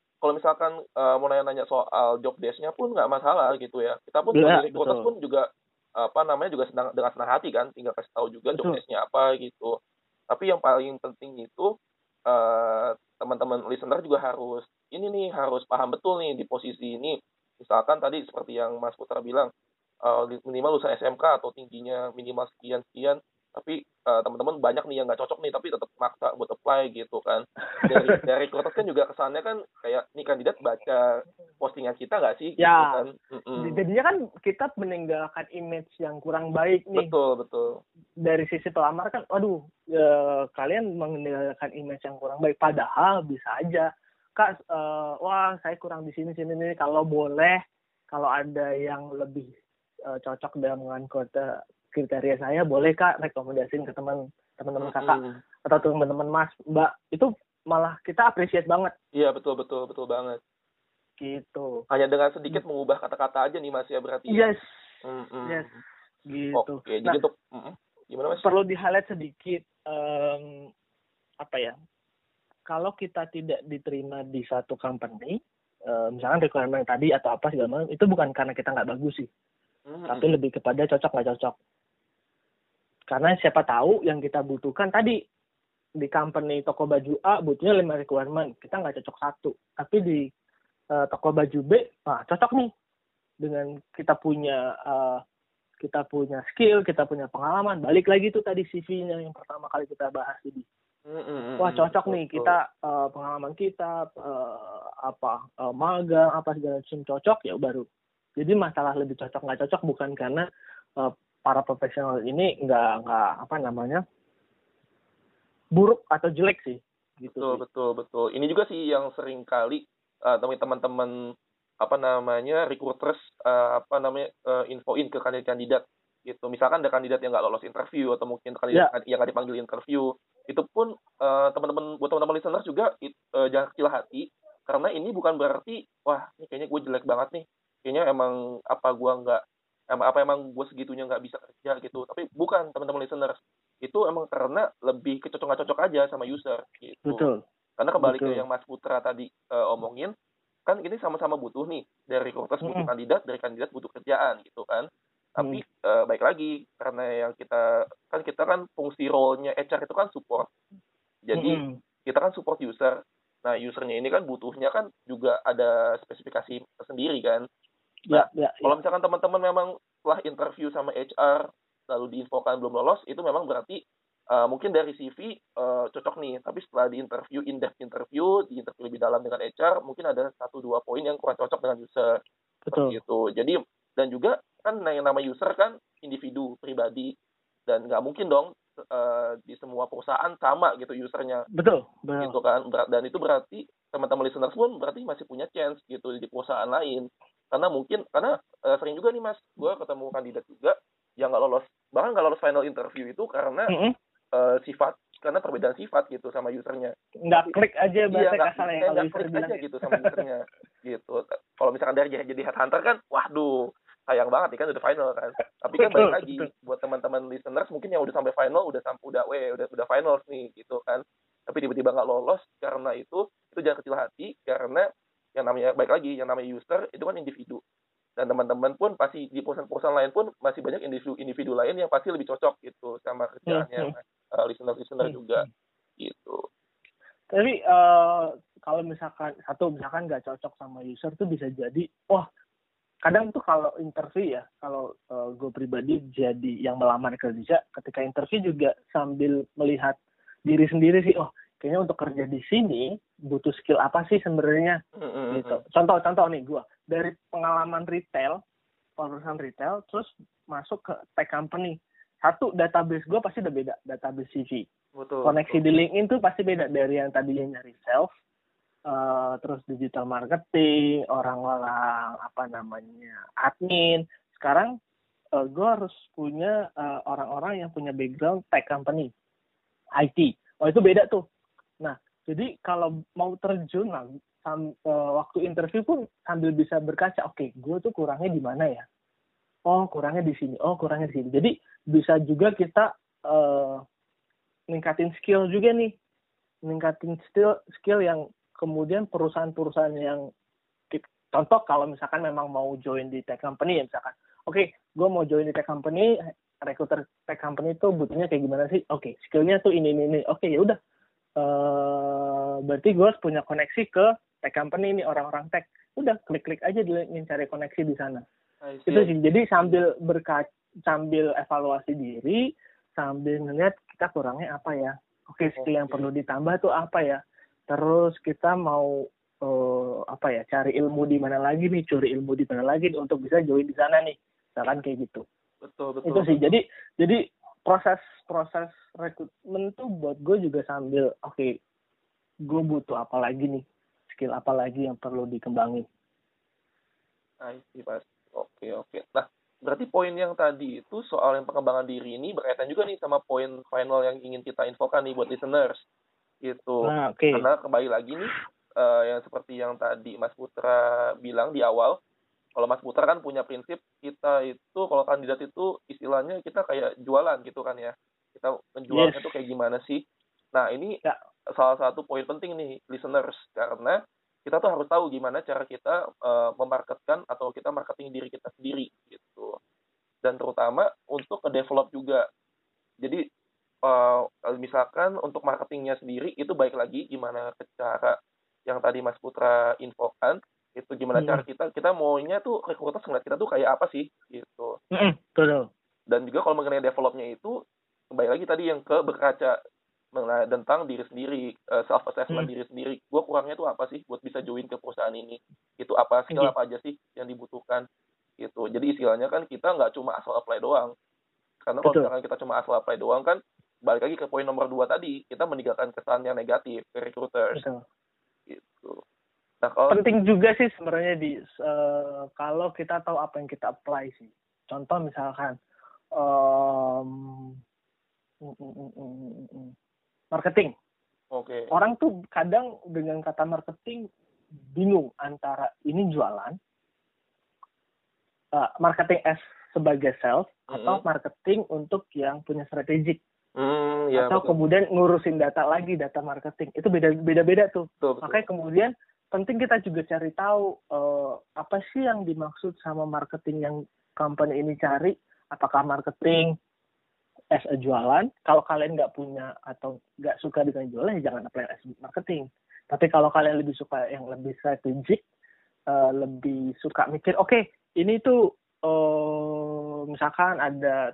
soal job desk-nya pun nggak masalah gitu ya. Kita pun dari recruiters pun juga juga dengan senang hati kan, tinggal kasih tahu juga job desk-nya apa gitu. Tapi yang paling penting itu teman-teman listener juga harus paham betul nih di posisi ini. Misalkan tadi seperti yang Mas Putra bilang, minimal lulusan SMK atau tingginya minimal sekian, tapi teman-teman banyak nih yang nggak cocok nih, tapi tetap maksa buat apply gitu kan. Dari recruiters kan juga kesannya kan kayak nih kandidat baca postingan kita nggak sih? Ya, gitu kan. Jadinya kan kita meninggalkan image yang kurang baik nih. Betul. Dari sisi pelamar kan, kalian meninggalkan image yang kurang baik. Padahal bisa aja, Kak, saya kurang di sini, kalau boleh, kalau ada yang lebih cocok dengan kriteria saya, boleh Kak rekomendasiin ke teman-teman Kakak atau teman-teman Mas, Mbak. Itu malah kita appreciate banget. Iya, betul banget. Gitu. Hanya dengan sedikit mengubah kata-kata aja nih Mas ya berarti. Yes. Yes. Gitu. Oke, jadi untuk gimana Mas? Perlu di-highlight sedikit kalau kita tidak diterima di satu company, misalkan requirement tadi atau apa segala macam, itu bukan karena kita nggak bagus sih. Tapi lebih kepada cocok nggak cocok. Karena siapa tahu yang kita butuhkan tadi di company toko baju A butuhnya 5 requirement, kita nggak cocok 1. Tapi di toko baju B, cocok nih dengan kita punya skill, kita punya pengalaman. Balik lagi tuh tadi CV-nya yang pertama kali kita bahas ini. Wah cocok nih kita pengalaman kita magang apa segala macam cocok ya baru. Jadi masalah lebih cocok nggak cocok bukan karena para profesional ini nggak buruk atau jelek sih. Gitu. Betul. Ini juga sih yang sering kali teman-teman recruiters infoin ke kandidat gitu. Misalkan ada kandidat yang nggak lolos interview atau mungkin kandidat yang nggak dipanggil interview, itu pun buat teman-teman listener juga jangan kecil hati, karena ini bukan berarti wah ini kayaknya gue jelek banget nih, kayaknya emang gue segitunya nggak bisa kerja gitu. Tapi bukan teman-teman listener, itu emang karena lebih kecocok nggak cocok aja sama user gitu. Betul. Karena kembali ke yang Mas Putra tadi omongin, kan ini sama-sama butuh nih, dari recruiters butuh kandidat, dari kandidat butuh kerjaan gitu kan. Tapi baik lagi, karena yang kita kan fungsi role-nya HR itu kan support. Jadi kita kan support user. Nah, usernya ini kan butuhnya kan juga ada spesifikasi sendiri kan. Nah, kalau misalkan teman-teman memang setelah interview sama HR, lalu diinfokan belum lolos, itu memang berarti mungkin dari CV cocok nih, tapi setelah di interview, in-depth interview, di interview lebih dalam dengan HR, mungkin ada 1-2 poin yang kurang cocok dengan user. Seperti itu. Jadi, dan juga kan yang nama user kan individu, pribadi, dan nggak mungkin dong di semua perusahaan sama gitu usernya. Betul. Gitu kan. Dan itu berarti teman-teman listeners pun berarti masih punya chance gitu di perusahaan lain. Karena sering juga nih Mas, gue ketemu kandidat juga yang nggak lolos, bahkan nggak lolos final interview itu karena karena perbedaan sifat gitu sama usernya. Nggak klik aja bahasa kasarnya. Nggak klik aja gitu sama usernya. Gitu. Kalau misalkan dari jadi headhunter kan, waduh, sayang banget nih kan udah final kan. Tapi kan balik lagi buat teman-teman listeners mungkin yang udah sampai final, udah finals nih gitu kan. Tapi tiba-tiba nggak lolos karena itu jangan kecil hati, karena yang namanya balik lagi, yang namanya user itu kan individu. Dan teman-teman pun pasti di perusahaan-perusahaan lain pun masih banyak individu lain yang pasti lebih cocok gitu sama kerjaannya listener juga gitu. Tapi kalau misalkan nggak cocok sama user tuh bisa jadi, kadang tuh kalau interview ya, kalau gue pribadi jadi yang melamar kerja, ketika interview juga sambil melihat diri sendiri sih, kayaknya untuk kerja di sini butuh skill apa sih sebenarnya gitu. Contoh nih gue dari pengalaman perusahaan retail, terus masuk ke tech company. Satu, database gue pasti udah beda, database CV. Koneksi di LinkedIn tuh pasti beda dari yang tadinya nyari sales, terus digital marketing, orang-orang admin. Sekarang gue harus punya orang-orang yang punya background tech company, IT. Itu beda tuh. Nah, jadi kalau mau terjun waktu interview pun sambil bisa berkaca, gue tuh kurangnya di mana ya? Kurangnya di sini. Kurangnya di sini. Jadi bisa juga kita ningkatin skill juga nih. Ningkatin skill yang kemudian perusahaan-perusahaan yang contoh kalau misalkan memang mau join di tech company ya, misalkan gue mau join di tech company, recruiter tech company itu butuhnya kayak gimana sih? Skillnya tuh ini. Ya udah, berarti gue harus punya koneksi ke tech company ini, orang-orang tech. Udah klik aja di LinkedIn, cari koneksi di sana. Itu sih. Jadi sambil evaluasi diri, sambil ngeliat kita kurangnya apa ya. Skill yang perlu ditambah tuh apa ya. Terus kita mau cari ilmu di mana lagi nih, curi ilmu di mana lagi nih untuk bisa join di sana nih. Misalkan kayak gitu. Betul. Itu sih. Jadi proses rekrutmen tuh buat gue juga sambil gue butuh apa lagi nih, skill apa lagi yang perlu dikembangin. Pas. Oke. Nah, berarti poin yang tadi itu soal yang pengembangan diri ini berkaitan juga nih sama poin final yang ingin kita infokan nih buat listeners gitu. Karena kembali lagi nih yang seperti yang tadi Mas Putra bilang di awal, kalau Mas Putra kan punya prinsip kita itu kalau kandidat itu istilahnya kita kayak jualan gitu kan ya. Kita menjualnya tuh kayak gimana sih? Nah, ini salah satu poin penting nih listeners, karena kita tuh harus tahu gimana cara kita memarketkan atau kita marketing diri kita sendiri gitu. Dan terutama untuk nge-develop juga. Jadi misalkan untuk marketingnya sendiri itu baik lagi gimana cara yang tadi Mas Putra infokan, itu gimana cara kita maunya tuh rekruters ngeliat kita tuh kayak apa sih gitu. Betul. Dan juga kalau mengenai developnya itu kembali lagi tadi yang ke berkaca tentang diri sendiri, self assessment diri sendiri. Gue kurangnya tuh apa sih buat bisa join ke perusahaan ini? Itu apa skill apa aja sih yang dibutuhkan gitu. Jadi istilahnya kan kita nggak cuma asal apply doang. Karena kalau misalkan kita cuma asal apply doang kan balik lagi ke poin nomor 2 tadi, kita meninggalkan kesan yang negatif ke recruiters. Gitu. Nah, penting juga sih sebenarnya kalau kita tahu apa yang kita apply sih. Contoh misalkan marketing. Orang tuh kadang dengan kata marketing bingung antara ini jualan, marketing as sebagai sales, atau marketing untuk yang punya strategik. Ya, atau kemudian ngurusin data lagi, data marketing. Itu beda-beda tuh. Betul. Makanya kemudian penting kita juga cari tahu apa sih yang dimaksud sama marketing yang company ini cari. Apakah marketing as a jualan? Kalau kalian nggak punya atau nggak suka dengan jualan, ya jangan apply as marketing. Tapi kalau kalian lebih suka yang lebih strategik, lebih suka mikir, oke, ini tuh misalkan ada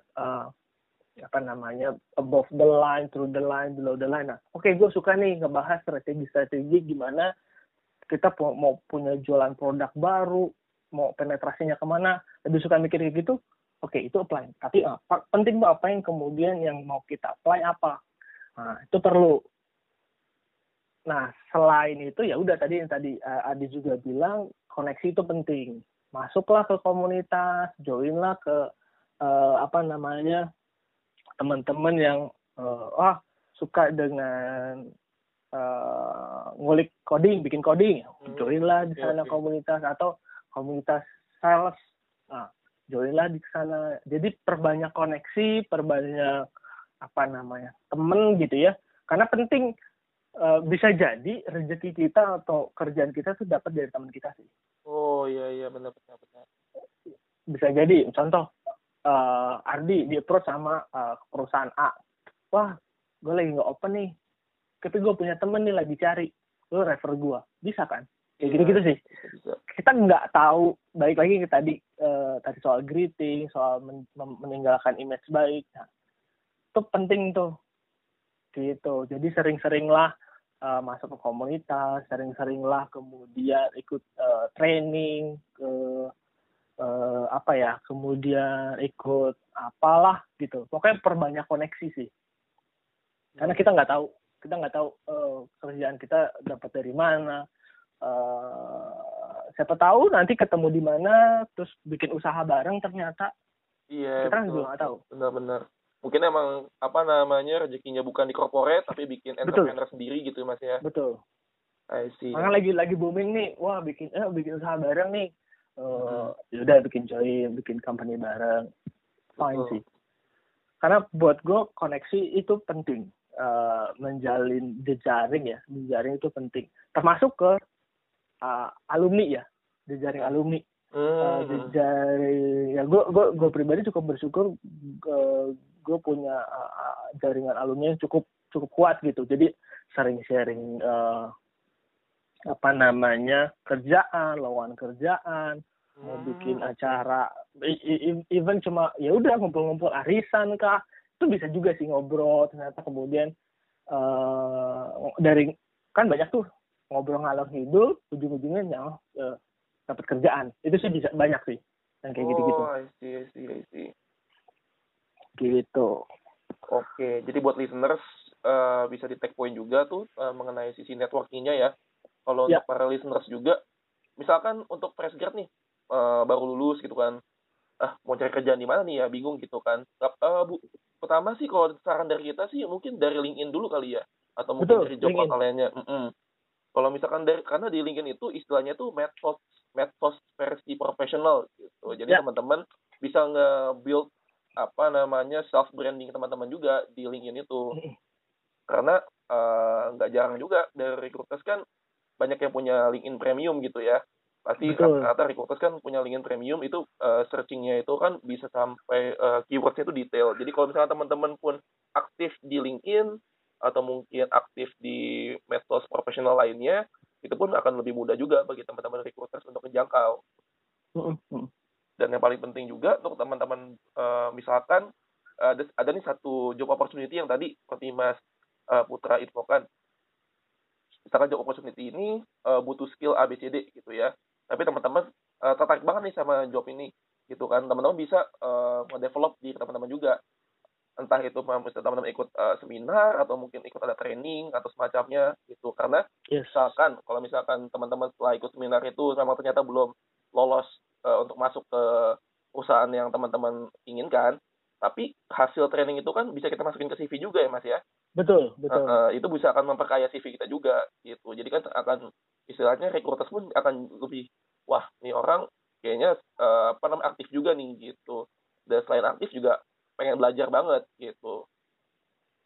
above the line, through the line, below the line. Nah, gue suka nih ngebahas strategi gimana kita mau punya jualan produk baru, mau penetrasinya kemana, lebih suka mikir kayak gitu. Itu apply. Tapi penting tuh apa yang kemudian yang mau kita apply apa. Nah, itu perlu. Nah, selain itu ya udah tadi Adi juga bilang koneksi itu penting. Masuklah ke komunitas, joinlah ke teman-teman yang suka dengan ngulik coding, bikin coding, joinlah di sana komunitas atau komunitas sales. Nah, joinlah di sana. Jadi perbanyak koneksi, perbanyak temen gitu ya. Karena penting bisa jadi rezeki kita atau kerjaan kita tuh dapat dari teman kita sih. Oh iya benar. Bisa jadi contoh Ardi di approach sama perusahaan A. Wah, gue lagi nggak open nih. Tapi gue punya temen nih lagi cari. Lo refer gue. Bisa kan? Kayak gitu-gitu sih. Bisa. Kita nggak tahu. Balik lagi ke tadi soal greeting, soal meninggalkan image baik. Nah, itu penting tuh. Gitu. Jadi sering-seringlah masuk ke komunitas, sering-seringlah kemudian ikut training, kemudian ikut apalah gitu. Pokoknya perbanyak koneksi sih. Karena kita nggak tahu kerjaan kita dapat dari mana. Siapa tahu nanti ketemu di mana, terus bikin usaha bareng ternyata. Iya. Kita kan juga nggak tahu. Benar. Mungkin emang rezekinya bukan di corporate tapi bikin entrepreneur sendiri gitu Mas ya. Betul. I see. Karena lagi booming nih, wah bikin usaha bareng nih. Yaudah bikin company bareng. Fine sih. Karena buat gue koneksi itu penting. Menjalin jejaring itu penting. Termasuk ke alumni ya, jejaring alumni. Jejaring ya gue pribadi cukup bersyukur gue punya jaringan alumni yang cukup kuat gitu. Jadi sering sharing kerjaan, lowongan kerjaan, mau bikin acara, even cuma ya udah ngumpul-ngumpul arisan kah, itu bisa juga sih ngobrol. Ternyata kemudian dari kan banyak tuh ngobrol ngalor ngidul, ujung-ujungnya dapat kerjaan. Itu sih bisa banyak sih yang kayak gitu-gitu. I see. Gitu. Oke, jadi buat listeners bisa di take point juga tuh mengenai sisi networking-nya ya. Kalau untuk para listeners juga, misalkan untuk fresh grad nih, baru lulus gitu kan, mau cari kerjaan di mana nih ya, bingung gitu kan. Pertama sih kalau saran dari kita sih mungkin dari LinkedIn dulu kali ya, atau mungkin dari job portal lainnya. Kalau misalkan karena di LinkedIn itu istilahnya tuh medsos versi profesional gitu. Jadi teman-teman bisa nge-build self branding teman-teman juga di LinkedIn itu. Karena nggak jarang juga dari recruiters kan banyak yang punya LinkedIn premium gitu ya. Pasti rata-rata recruiters kan punya LinkedIn premium itu searching-nya itu kan bisa sampai keyword-nya itu detail. Jadi kalau misalnya teman-teman pun aktif di LinkedIn atau mungkin aktif di medsos profesional lainnya, itu pun akan lebih mudah juga bagi teman-teman recruiters untuk menjangkau. Dan yang paling penting juga untuk teman-teman misalkan ada nih satu job opportunity yang tadi seperti Mas Putra infokan. Misalkan job opportunity ini butuh skill ABCD gitu ya. Tapi teman-teman tertarik banget nih sama job ini gitu kan. Teman-teman bisa nge-develop di teman-teman juga. Entah itu teman-teman ikut seminar atau mungkin ikut ada training atau semacamnya gitu. Karena kalau misalkan teman-teman setelah ikut seminar itu memang ternyata belum lolos untuk masuk ke perusahaan yang teman-teman inginkan, tapi hasil training itu kan bisa kita masukin ke CV juga ya Mas ya. Betul. Itu bisa akan memperkaya CV kita juga gitu. Jadi kan akan istilahnya recruiters pun akan lebih, wah nih orang kayaknya aktif juga nih gitu. Dan selain aktif juga pengen belajar banget gitu.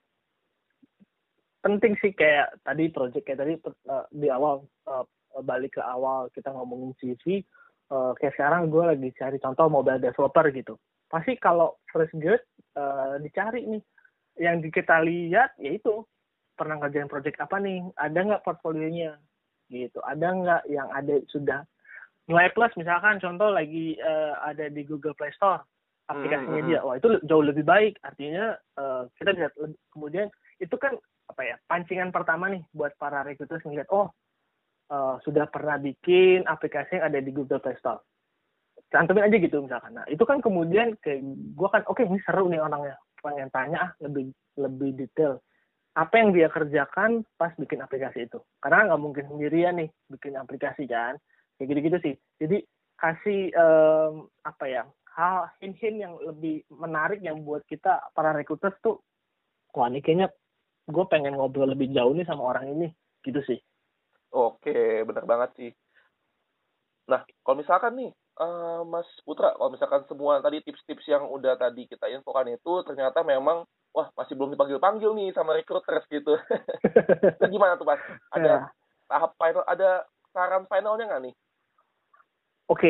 penting sih kayak tadi di awal balik ke awal kita ngomongin CV. Kayak sekarang gue lagi cari contoh mobile developer gitu. Pasti kalau fresh grad dicari nih, yang kita lihat yaitu pernah ngerjain project apa nih, ada nggak portfolionya gitu, ada nggak yang ada sudah nilai plus, misalkan contoh lagi ada di Google Play Store aplikasinya dia, wah itu jauh lebih baik, artinya kita bisa kemudian itu kan pancingan pertama nih buat para recruiters ngeliat sudah pernah bikin aplikasi yang ada di Google Play Store. Cantumin aja gitu misalkan. Nah, itu kan kemudian kayak gue kan oke, ini seru nih orangnya. Pengen tanya lebih detail. Apa yang dia kerjakan pas bikin aplikasi itu. Karena nggak mungkin sendirian nih bikin aplikasi kan. Kayak gitu-gitu sih. Jadi kasih hal hint-hint yang lebih menarik yang buat kita para recruiters tuh, wah ini kayaknya gue pengen ngobrol lebih jauh nih sama orang ini. Gitu sih. Oke, benar banget sih. Nah, kalau misalkan nih, Mas Putra, kalau misalkan semua tadi tips-tips yang udah tadi kita infokan itu ternyata memang, wah masih belum dipanggil-panggil nih sama recruiters gitu. Itu gimana tuh, Mas? Ada tahap final, ada saran finalnya nggak nih? Oke.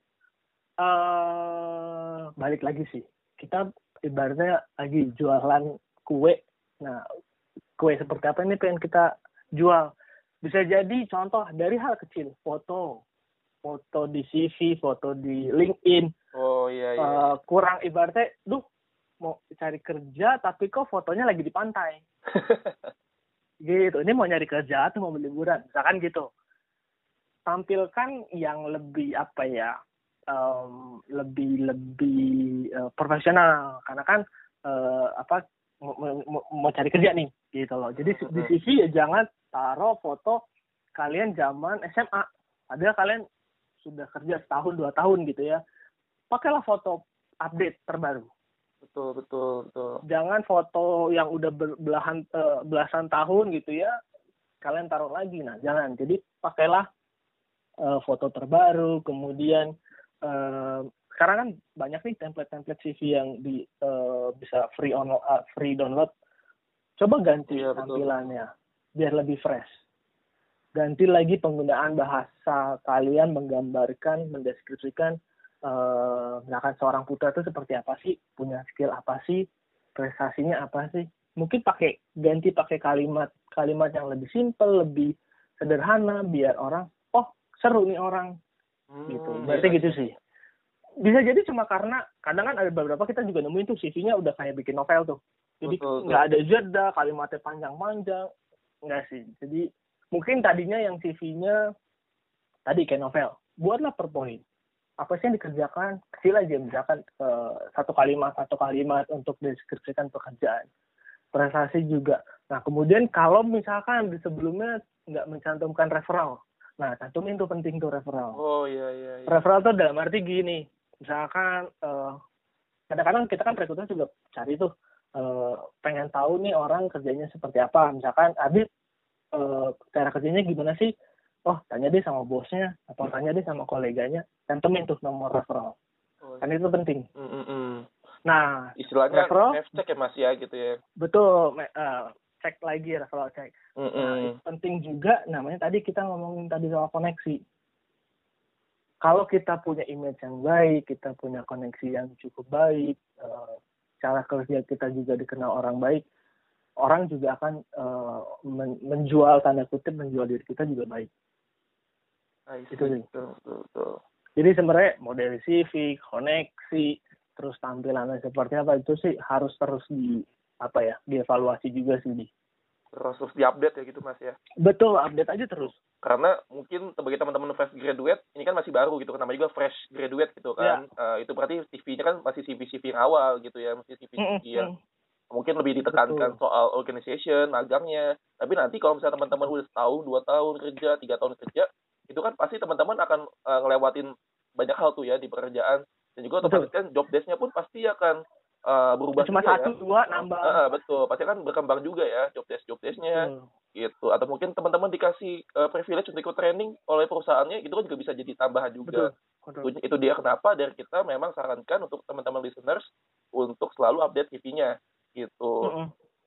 Balik lagi sih. Kita ibaratnya lagi jualan kue. Nah, kue seperti apa ini pengen kita jual. Bisa jadi contoh dari hal kecil, foto di CV, foto di LinkedIn. Oh iya. Kurang ibaratnya, mau cari kerja tapi kok fotonya lagi di pantai. Gitu. Ini mau nyari kerja atau mau liburan, misalkan gitu. Tampilkan yang lebih lebih profesional, karena kan mau cari kerja nih gitu loh. Jadi di CV ya jangan taruh foto kalian zaman SMA. Padahal kalian sudah kerja setahun 2 tahun gitu ya. Pakailah foto update terbaru. Betul. Jangan foto yang udah belasan tahun gitu ya. Kalian taruh lagi. Nah, jangan. Jadi pakailah foto terbaru. Kemudian sekarang kan banyak nih template CV yang bisa free download. Coba ganti tampilannya biar lebih fresh. Ganti lagi penggunaan bahasa kalian, menggambarkan, mendeskripsikan misalkan seorang putra itu seperti apa sih, punya skill apa sih, prestasinya apa sih. Mungkin ganti pakai kalimat yang lebih simpel, lebih sederhana, biar orang seru nih orang gitu. Berarti gitu sih. Bisa jadi cuma karena kadang kan ada beberapa kita juga nemuin tuh CV-nya udah kayak bikin novel tuh. Jadi nggak ada jeda, kalimatnya panjang-panjang. Nggak sih. Jadi mungkin tadinya yang CV-nya tadi kayak novel. Buatlah per poin. Apa sih yang dikerjakan? Kecil aja. Misalkan satu kalimat untuk deskripsikan pekerjaan. Prestasi juga. Nah, kemudian kalau misalkan di sebelumnya nggak mencantumkan referral. Nah, cantumin tuh penting tuh referral. Oh iya. Referral tuh dalam arti gini. Misalkan kadang-kadang kita kan recruiter juga cari tuh pengen tahu nih orang kerjanya seperti apa. Misalkan Adit cara kerjanya gimana sih? Tanya deh sama bosnya atau tanya deh sama koleganya. Cantumin tuh nomor referral. Kan itu penting. Nah, istilahnya cek ya Mas ya gitu ya. Betul, cek lagi referral cek. Nah, itu penting juga, namanya tadi kita ngomongin tadi soal koneksi. Kalau kita punya image yang baik, kita punya koneksi yang cukup baik, cara kerja kita juga dikenal orang baik, orang juga akan menjual, tanda kutip, menjual diri kita juga baik. Itu sih. Betul. Jadi sebenarnya mau dari CV, koneksi, terus tampilannya seperti apa, itu sih harus terus dievaluasi juga sih. Terus diupdate ya gitu Mas ya. Betul, update aja terus. Karena mungkin bagi teman-teman fresh graduate ini kan masih baru gitu, namanya juga fresh graduate gitu kan. Itu berarti CV-nya kan masih CV yang awal gitu ya, masih CV yang mungkin lebih ditekankan soal organization, magangnya. Tapi nanti kalau misalnya teman-teman udah setahun, 2 tahun kerja, 3 tahun kerja, itu kan pasti teman-teman akan ngelewatin banyak hal tuh ya di pekerjaan. Dan juga otomatis kan job desk-nya pun pasti akan berubah cuma juga 1, 2 nambah. Betul, pasti kan berkembang juga ya job desk-nya gitu. Atau mungkin teman-teman dikasih privilege untuk ikut training oleh perusahaannya, itu kan juga bisa jadi tambahan juga. Betul. Itu dia kenapa dari kita memang sarankan untuk teman-teman listeners untuk selalu update CV-nya gitu.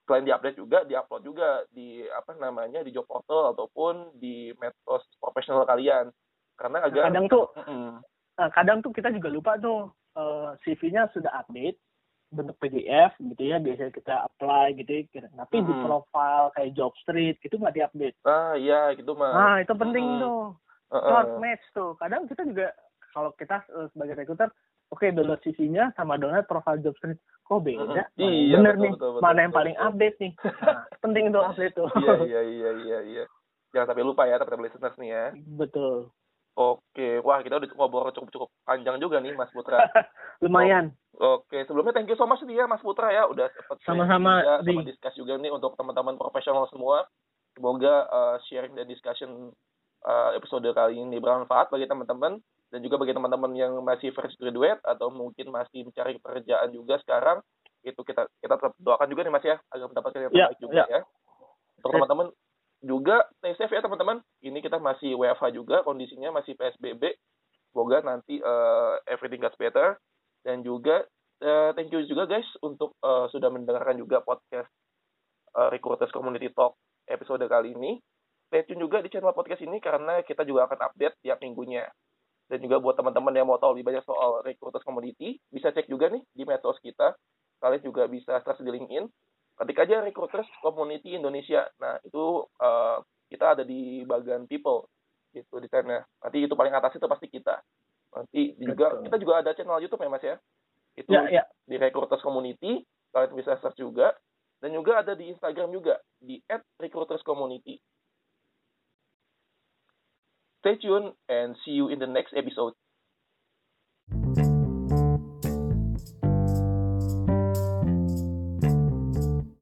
selain diupdate juga, diupload juga di di job portal ataupun di medsos profesional kalian. Karena agak kadang tuh kita juga lupa tuh CV-nya sudah update bentuk PDF gitu ya, biasanya kita apply gitu ya, tapi di profile kayak Jobstreet itu nggak diupdate. Iya gitu mah. Nah itu penting tuh, short match tuh. Kadang kita juga kalau kita sebagai recruiter, download CV-nya sama download profile Jobstreet, kok beda? Iya, bener betul, nih, betul, mana yang paling update nih? Nah, penting tuh update tuh. Iya. Jangan sampai lupa ya teman-teman listeners nih ya. Betul. Oke, wah kita udah ngobrol cukup panjang juga nih Mas Putra. Lumayan. Oke, sebelumnya thank you so much nih ya Mas Putra ya, udah sama-sama sama discuss juga nih untuk teman-teman profesional semua. Semoga sharing dan discussion episode kali ini bermanfaat bagi teman-teman dan juga bagi teman-teman yang masih fresh graduate atau mungkin masih mencari pekerjaan juga sekarang. Itu kita tetap doakan juga nih Mas ya agar mendapatkan yang terbaik juga ya. Untuk teman-teman juga stay safe ya teman-teman. Ini kita masih WFH juga, kondisinya masih PSBB. Semoga nanti everything gets better. Dan juga thank you juga guys untuk sudah mendengarkan juga podcast Recruiters Community Talk episode kali ini. Stay tune juga di channel podcast ini karena kita juga akan update tiap minggunya. Dan juga buat teman-teman yang mau tahu lebih banyak soal Recruiters Community, bisa cek juga nih di medsos kita. Kalian juga bisa search di LinkedIn. Ketik aja Recruiters Community Indonesia. Nah, itu kita ada di bagian people gitu di sana. Nanti itu paling atas itu pasti kita. Nanti juga kita juga ada channel YouTube ya Mas ya. Itu di Recruiters Community, kalian bisa search juga. Dan juga ada di Instagram juga di @recruiterscommunity. Stay tuned and see you in the next episode.